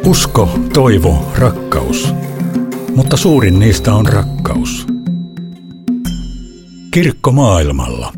Usko, toivo, rakkaus. Mutta suurin niistä on rakkaus. Kirkko maailmalla.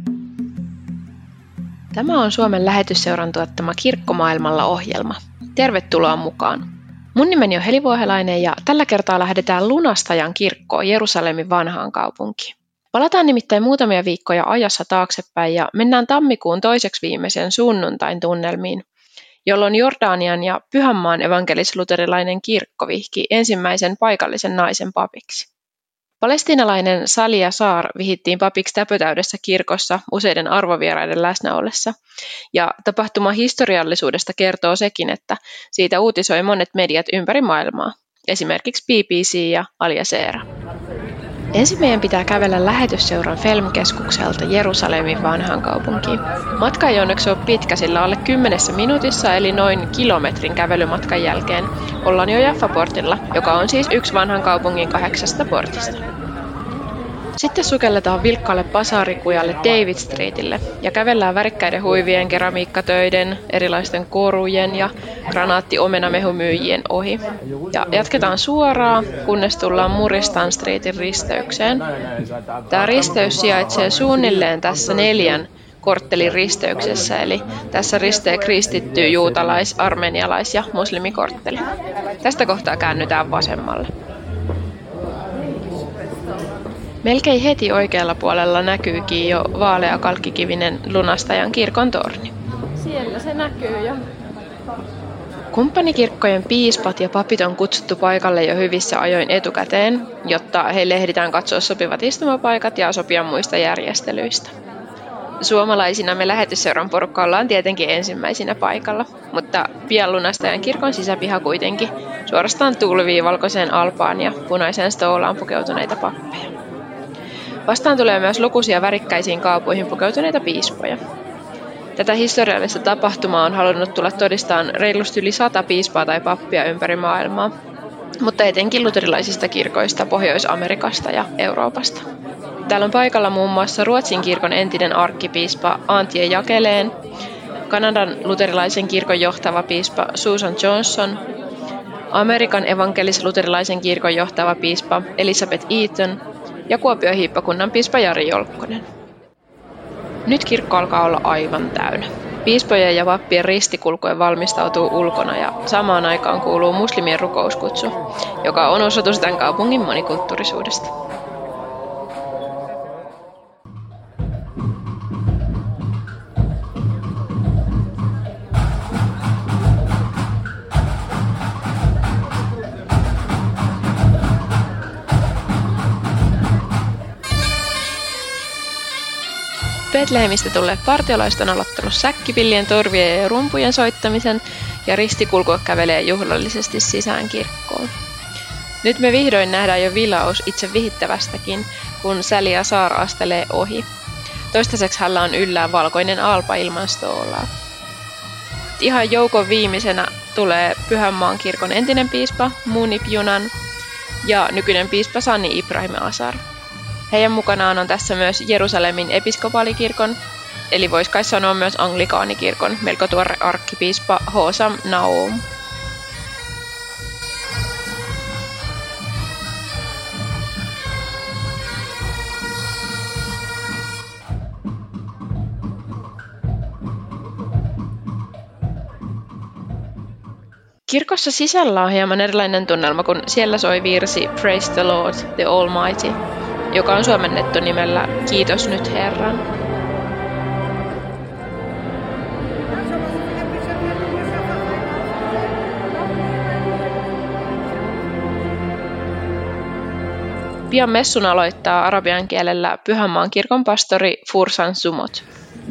Tämä on Suomen Lähetysseuran tuottama Kirkko maailmalla -ohjelma. Tervetuloa mukaan. Mun nimeni on Heli Vuohelainen ja tällä kertaa lähdetään Lunastajan kirkkoon Jerusalemin vanhaan kaupunkiin. Palataan nimittäin muutamia viikkoja ajassa taaksepäin ja mennään tammikuun toiseksi viimeisen sunnuntain tunnelmiin, jolloin Jordanian ja Pyhänmaan evankelis-luterilainen kirkko vihki ensimmäisen paikallisen naisen papiksi. Palestiinalainen Salia Saar vihittiin papiksi täpötäydessä kirkossa useiden arvovieraiden läsnä ollessa, ja tapahtuman historiallisuudesta kertoo sekin, että siitä uutisoi monet mediat ympäri maailmaa, esimerkiksi BBC ja Al Jazeera. Ensin meidän pitää kävellä Lähetysseuran Felm-keskukselta Jerusalemin vanhaan kaupunkiin. Matka ei onneksi ole pitkä, sillä alle 10 minuutissa eli noin kilometrin kävelymatkan jälkeen ollaan jo Jaffa-portilla, joka on siis yksi vanhan kaupungin 8 portista. Sitten sukelletaan vilkkaalle basaarikujalle David Streetille ja kävellään värikkäiden huivien, keramiikkatöiden, erilaisten korujen ja granaatti-omenamehumyyjien ohi. Ja jatketaan suoraan, kunnes tullaan Muristan Streetin risteykseen. Tämä risteys sijaitsee suunnilleen tässä 4 korttelin risteyksessä, eli tässä ristee kristitty, juutalais-, armenialais- ja muslimikortteli. Tästä kohtaa käännytään vasemmalle. Melkein heti oikealla puolella näkyykin jo vaalea kalkkikivinen Lunastajan kirkon torni. Siellä se näkyy jo. Kumppanikirkkojen piispat ja papit on kutsuttu paikalle jo hyvissä ajoin etukäteen, jotta heille ehditään katsoa sopivat istumapaikat ja sopia muista järjestelyistä. Suomalaisina me Lähetysseuran porukka ollaan tietenkin ensimmäisinä paikalla, mutta pian Lunastajan kirkon sisäpiha kuitenkin suorastaan tulvii valkoiseen alpaan ja punaiseen stoolaan pukeutuneita pappeja. Vastaan tulee myös lukuisia värikkäisiin kaupoihin pukeutuneita piispoja. Tätä historiallista tapahtumaa on halunnut tulla todistaan reilusti yli 100 piispaa tai pappia ympäri maailmaa, mutta etenkin luterilaisista kirkoista Pohjois-Amerikasta ja Euroopasta. Täällä on paikalla muun muassa Ruotsin kirkon entinen arkkipiispa Antje Jacquelin, Kanadan luterilaisen kirkon johtava piispa Susan Johnson, Amerikan evankelis-luterilaisen kirkon johtava piispa Elizabeth Eaton ja Kuopion hiippakunnan piispa Jari Jolkkonen. Nyt kirkko alkaa olla aivan täynnä. Piispojen ja pappien ristikulkue valmistautuu ulkona ja samaan aikaan kuuluu muslimien rukouskutsu, joka on osoitus tämän kaupungin monikulttuurisuudesta. Betlehemistä tulleet partiolaiset on aloittanut säkkipillien, torvien ja rumpujen soittamisen ja ristikulkue kävelee juhlallisesti sisään kirkkoon. Nyt me vihdoin nähdään jo vilaus itse vihittävästäkin, kun Salia Saar astelee ohi. Toistaiseksi hänellä on yllään valkoinen alpa ilman stoolaa. Ihan joukon viimeisenä tulee Pyhänmaan kirkon entinen piispa Munib Junan ja nykyinen piispa Sani Ibrahim Asar. Heidän mukanaan on tässä myös Jerusalemin episkopaalikirkon, eli vois kai sanoa myös anglikaanikirkon, melko tuore arkkipiispa Hosam Naum. Kirkossa sisällä on hieman erilainen tunnelma, kun siellä soi virsi Praise the Lord, the Almighty, joka on suomennettu nimellä Kiitos nyt Herran. Pian messun aloittaa arabian kielellä Pyhänmaan kirkon pastori Fursan Sumot.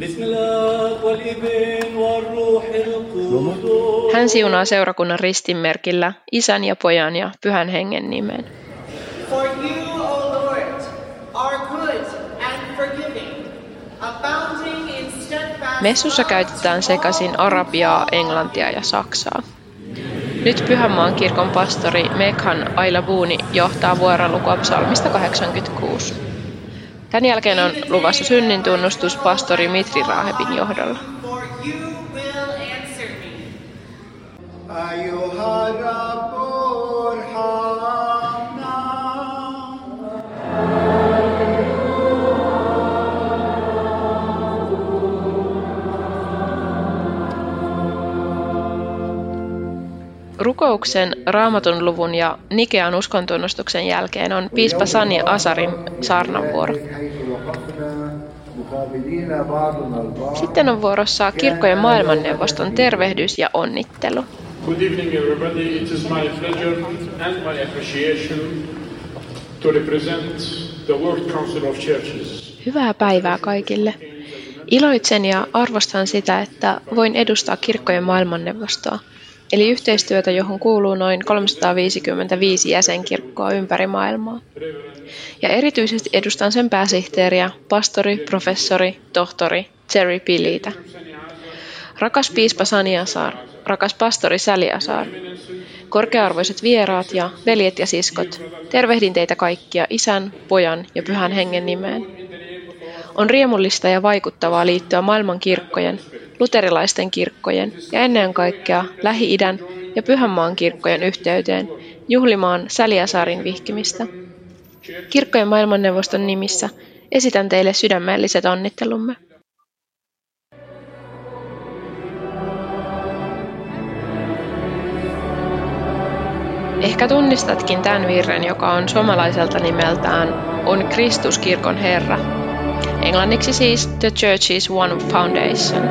Hän siunaa seurakunnan ristinmerkillä Isän ja Pojan ja Pyhän Hengen nimeen. For you, O Lord, are good and forgiving, abounding in steadfast. Messussa käytetään sekaisin arabiaa, englantia ja saksaa. Nyt Pyhänmaan kirkon pastori Mekhan Ailabuuni johtaa vuorolukua psalmista 86. Tän jälkeen on luvassa synnintunnustus pastori Mitri Rahebin johdolla. أيها الرب ارحمنا. Rukouksen, Raamatun luvun ja Nikean uskontunnustuksen jälkeen on piispa Sani Asarin saarnanvuoro. Sitten on vuorossa Kirkkojen maailmanneuvoston tervehdys ja onnittelu. Good evening everybody. It is my pleasure and my appreciation to represent the World Council of Churches. Hyvää päivää kaikille. Iloitsen ja arvostan sitä, että voin edustaa Kirkkojen maailmanneuvostoa, eli yhteistyötä, johon kuuluu noin 355 jäsenkirkkoa ympäri maailmaa. Ja erityisesti edustan sen pääsihteeriä, pastori, professori, tohtori Jerry Piliitä. Rakas piispa Sani Asar, rakas pastori Sally Asar, korkea-arvoiset vieraat ja veljet ja siskot, tervehdin teitä kaikkia Isän, Pojan ja Pyhän Hengen nimeen. On riemullista ja vaikuttavaa liittyä maailman kirkkojen, luterilaisten kirkkojen ja ennen kaikkea Lähi-idän ja Pyhänmaan kirkkojen yhteyteen juhlimaan Sally Asarin vihkimistä. Kirkkojen maailmanneuvoston nimissä esitän teille sydämelliset onnittelumme. Ehkä tunnistatkin tämän virren, joka on suomalaiselta nimeltään On Kristus kirkon Herra. Englanniksi siis The Church is One Foundation.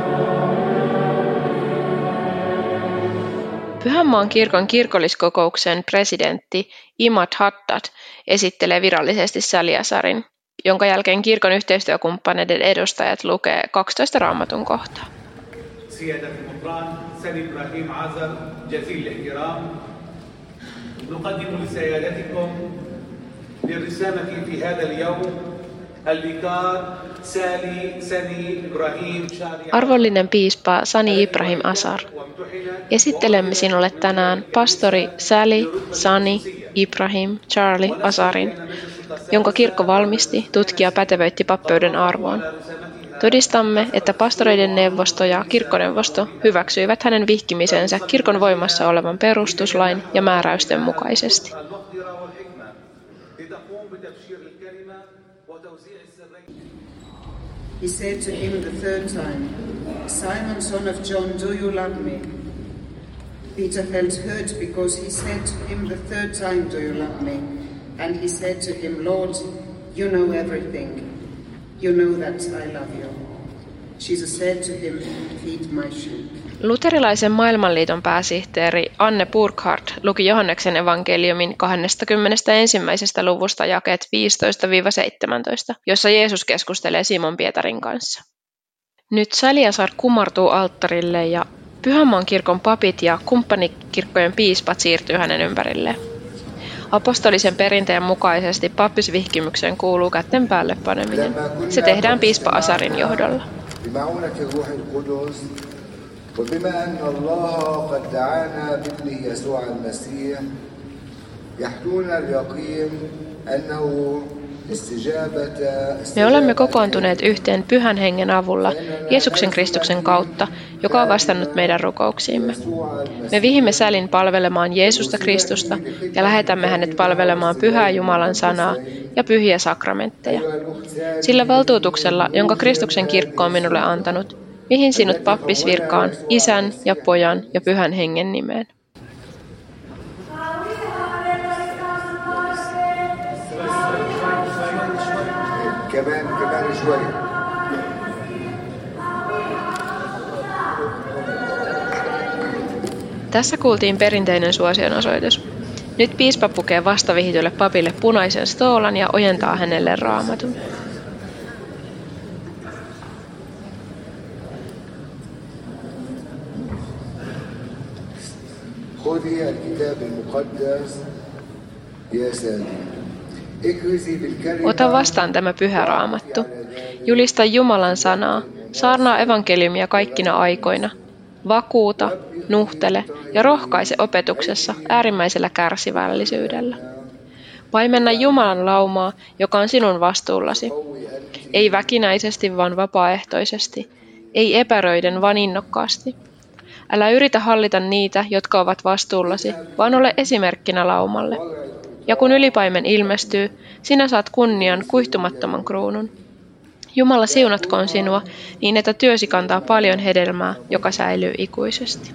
Pyhänmaan kirkon kirkolliskokouksen presidentti Imad Haddad esittelee virallisesti Sally Asarin, jonka jälkeen kirkon yhteistyökumppaneiden edustajat lukee 12 raamatun kohtaa. Arvollinen piispa Sani Ibrahim Asar, esittelemme sinulle tänään pastori Sally, Sani, Ibrahim, Charlie Asarin, jonka kirkko valmisti, tutkija ja pätevöitti pappeuden arvoon. Todistamme, että pastoreiden neuvosto ja kirkkoneuvosto hyväksyivät hänen vihkimisensä kirkon voimassa olevan perustuslain ja määräysten mukaisesti. He said to him the third time, Simon, son of John, do you love me? Peter felt hurt because he said to him the third time, do you love me? And he said to him, Lord, you know everything. You know that I love you. Jesus said to him, feed my sheep. Luterilaisen maailmanliiton pääsihteeri Anne Burkhardt luki Johanneksen evankeliumin 21. luvusta jakeet 15-17, jossa Jeesus keskustelee Simon Pietarin kanssa. Nyt Sally Asar kumartuu alttarille ja Pyhänmaan kirkon papit ja kumppanikirkkojen piispat siirtyy hänen ympärilleen. Apostolisen perinteen mukaisesti pappisvihkimykseen kuuluu kätten päälle paneminen. Se tehdään piispa Asarin johdolla. وبما أن الله قد دعانا بابنه يسوع المسيح يحكون اليقين أنه Me olemme kokoontuneet yhteen Pyhän Hengen avulla Jeesuksen Kristuksen kautta, joka on vastannut meidän rukouksiimme. Me vihimme Sälin palvelemaan Jeesusta Kristusta ja lähetämme hänet palvelemaan Pyhää Jumalan sanaa ja pyhiä sakramentteja. Sillä valtuutuksella, jonka Kristuksen kirkko on minulle antanut, mihin sinut pappisvirkaan Isän ja Pojan ja Pyhän Hengen nimeen. Tässä kuultiin perinteinen suosionosoitus. Nyt piispa pukee vastavihitylle papille punaisen stoolan ja ojentaa hänelle raamatun. Ota vastaan tämä pyhä raamattu. Julista Jumalan sanaa, saarnaa evankeliumia kaikkina aikoina. Vakuuta, nuhtele ja rohkaise opetuksessa äärimmäisellä kärsivällisyydellä. Paimenna Jumalan laumaa, joka on sinun vastuullasi. Ei väkinäisesti, vaan vapaaehtoisesti. Ei epäröiden, vaan innokkaasti. Älä yritä hallita niitä, jotka ovat vastuullasi, vaan ole esimerkkinä laumalle. Ja kun ylipaimen ilmestyy, sinä saat kunnian kuihtumattoman kruunun. Jumala siunatkoon sinua niin, että työsi kantaa paljon hedelmää, joka säilyy ikuisesti.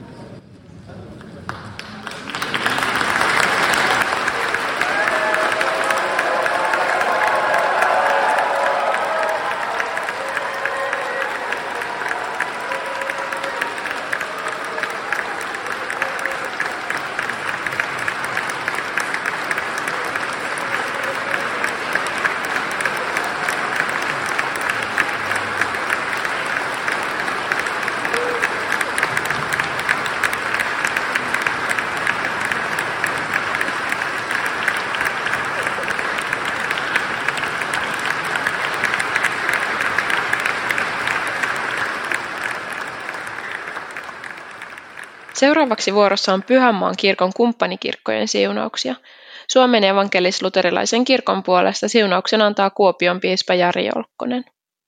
Seuraavaksi vuorossa on Pyhänmaan kirkon kumppanikirkkojen siunauksia. Suomen evankelis-luterilaisen kirkon puolesta siunauksen antaa Kuopion piispa Jari Jolkkonen.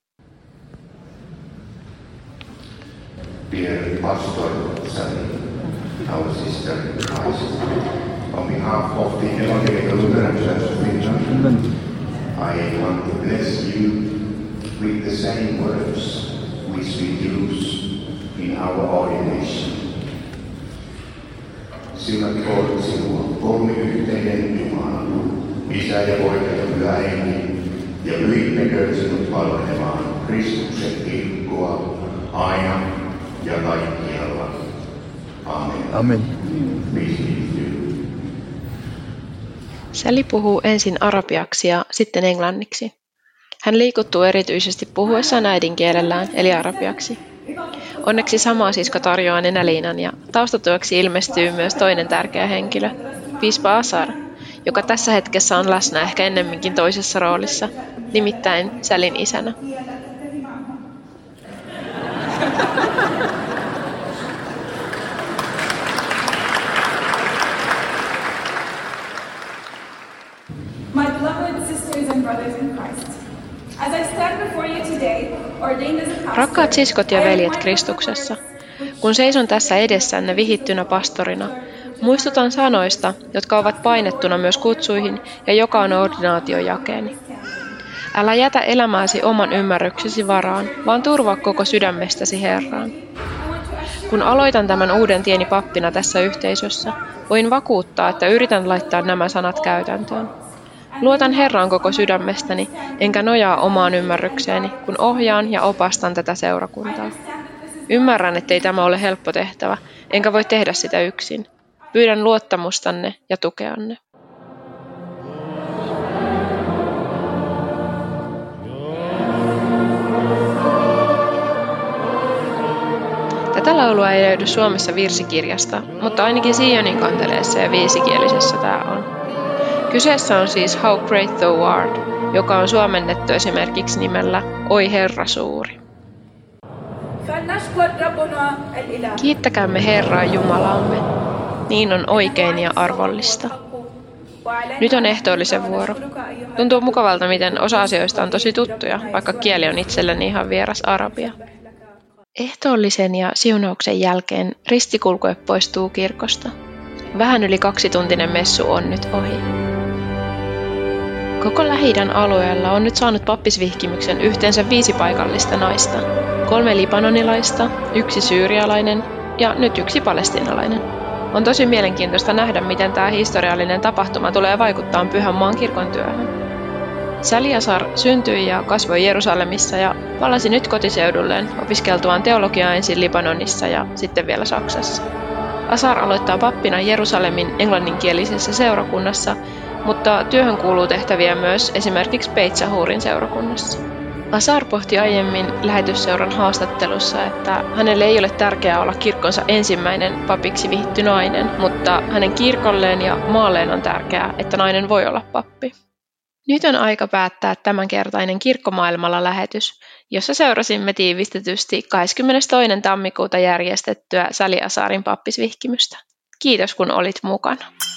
Dear Pastor Sally, our sister in Christ, on behalf of the Evangelical Lutheran Church of Finland, I want to bless you with the same words which we use in our ordination. Siunatkoon sinua kolmiyhteinen Jumala, Isä ja Poika ja Pyhä Henki, ja pyhittekö sinut palvelemaan Kristuksen kirkkoa aina ja kaikkialla. Amen. Amen. Sally puhuu ensin arabiaksi ja sitten englanniksi. Hän liikuttuu erityisesti puhuessaan äidinkielellään eli arabiaksi. Onneksi sama sisko tarjoaa nenäliinan ja taustatueksi ilmestyy myös toinen tärkeä henkilö, piispa Azar, joka tässä hetkessä on läsnä ehkä ennemminkin toisessa roolissa, nimittäin Sallyn isänä. My beloved sisters and brothers in Christ, as I stand before you today, ordained as a pastor, Rakkaat siskot ja veljet Kristuksessa, kun seison tässä edessänne vihittynä pastorina, muistutan sanoista, jotka ovat painettuna myös kutsuihin ja joka on ordinaation jakeeni. Älä jätä elämääsi oman ymmärryksesi varaan, vaan turvaa koko sydämestäsi Herraan. Kun aloitan tämän uuden tieni pappina tässä yhteisössä, voin vakuuttaa, että yritän laittaa nämä sanat käytäntöön. Luotan Herraan koko sydämestäni, enkä nojaa omaan ymmärrykseeni, kun ohjaan ja opastan tätä seurakuntaa. Ymmärrän, ettei tämä ole helppo tehtävä, enkä voi tehdä sitä yksin. Pyydän luottamustanne ja tukeanne. Tätä laulua ei löydy Suomessa virsikirjasta, mutta ainakin Sionin kanteleessa ja viisikielisessä tämä on. Kyseessä on siis How Great Thou Art, joka on suomennettu esimerkiksi nimellä Oi Herra suuri. Kiittäkäämme Herraa Jumalaamme, niin on oikein ja arvollista. Nyt on ehtoollisen vuoro. Tuntuu mukavalta, miten osa asioista on tosi tuttuja, vaikka kieli on itselleni ihan vieras arabia. Ehtoollisen ja siunauksen jälkeen ristikulkue poistuu kirkosta. Vähän yli 2-tuntinen messu on nyt ohi. Koko Lähi-idän alueella on nyt saanut pappisvihkimyksen yhteensä 5 paikallista naista. 3 libanonilaista, 1 syyrialainen ja nyt 1 palestiinalainen. On tosi mielenkiintoista nähdä, miten tämä historiallinen tapahtuma tulee vaikuttaa Pyhänmaan kirkon työhön. Sally Azar syntyi ja kasvoi Jerusalemissa ja palasi nyt kotiseudulleen opiskeltuaan teologiaa ensin Libanonissa ja sitten vielä Saksassa. Azar aloittaa pappina Jerusalemin englanninkielisessä seurakunnassa, mutta työhön kuuluu tehtäviä myös esimerkiksi Beit Zahurin seurakunnassa. Azar pohti aiemmin lähetysseuran haastattelussa, että hänelle ei ole tärkeää olla kirkkonsa ensimmäinen papiksi vihitty nainen, mutta hänen kirkolleen ja maalleen on tärkeää, että nainen voi olla pappi. Nyt on aika päättää tämänkertainen Kirkkomaailmalla lähetys, jossa seurasimme tiivistetysti 22. tammikuuta järjestettyä Sally Azarin pappisvihkimystä. Kiitos kun olit mukana.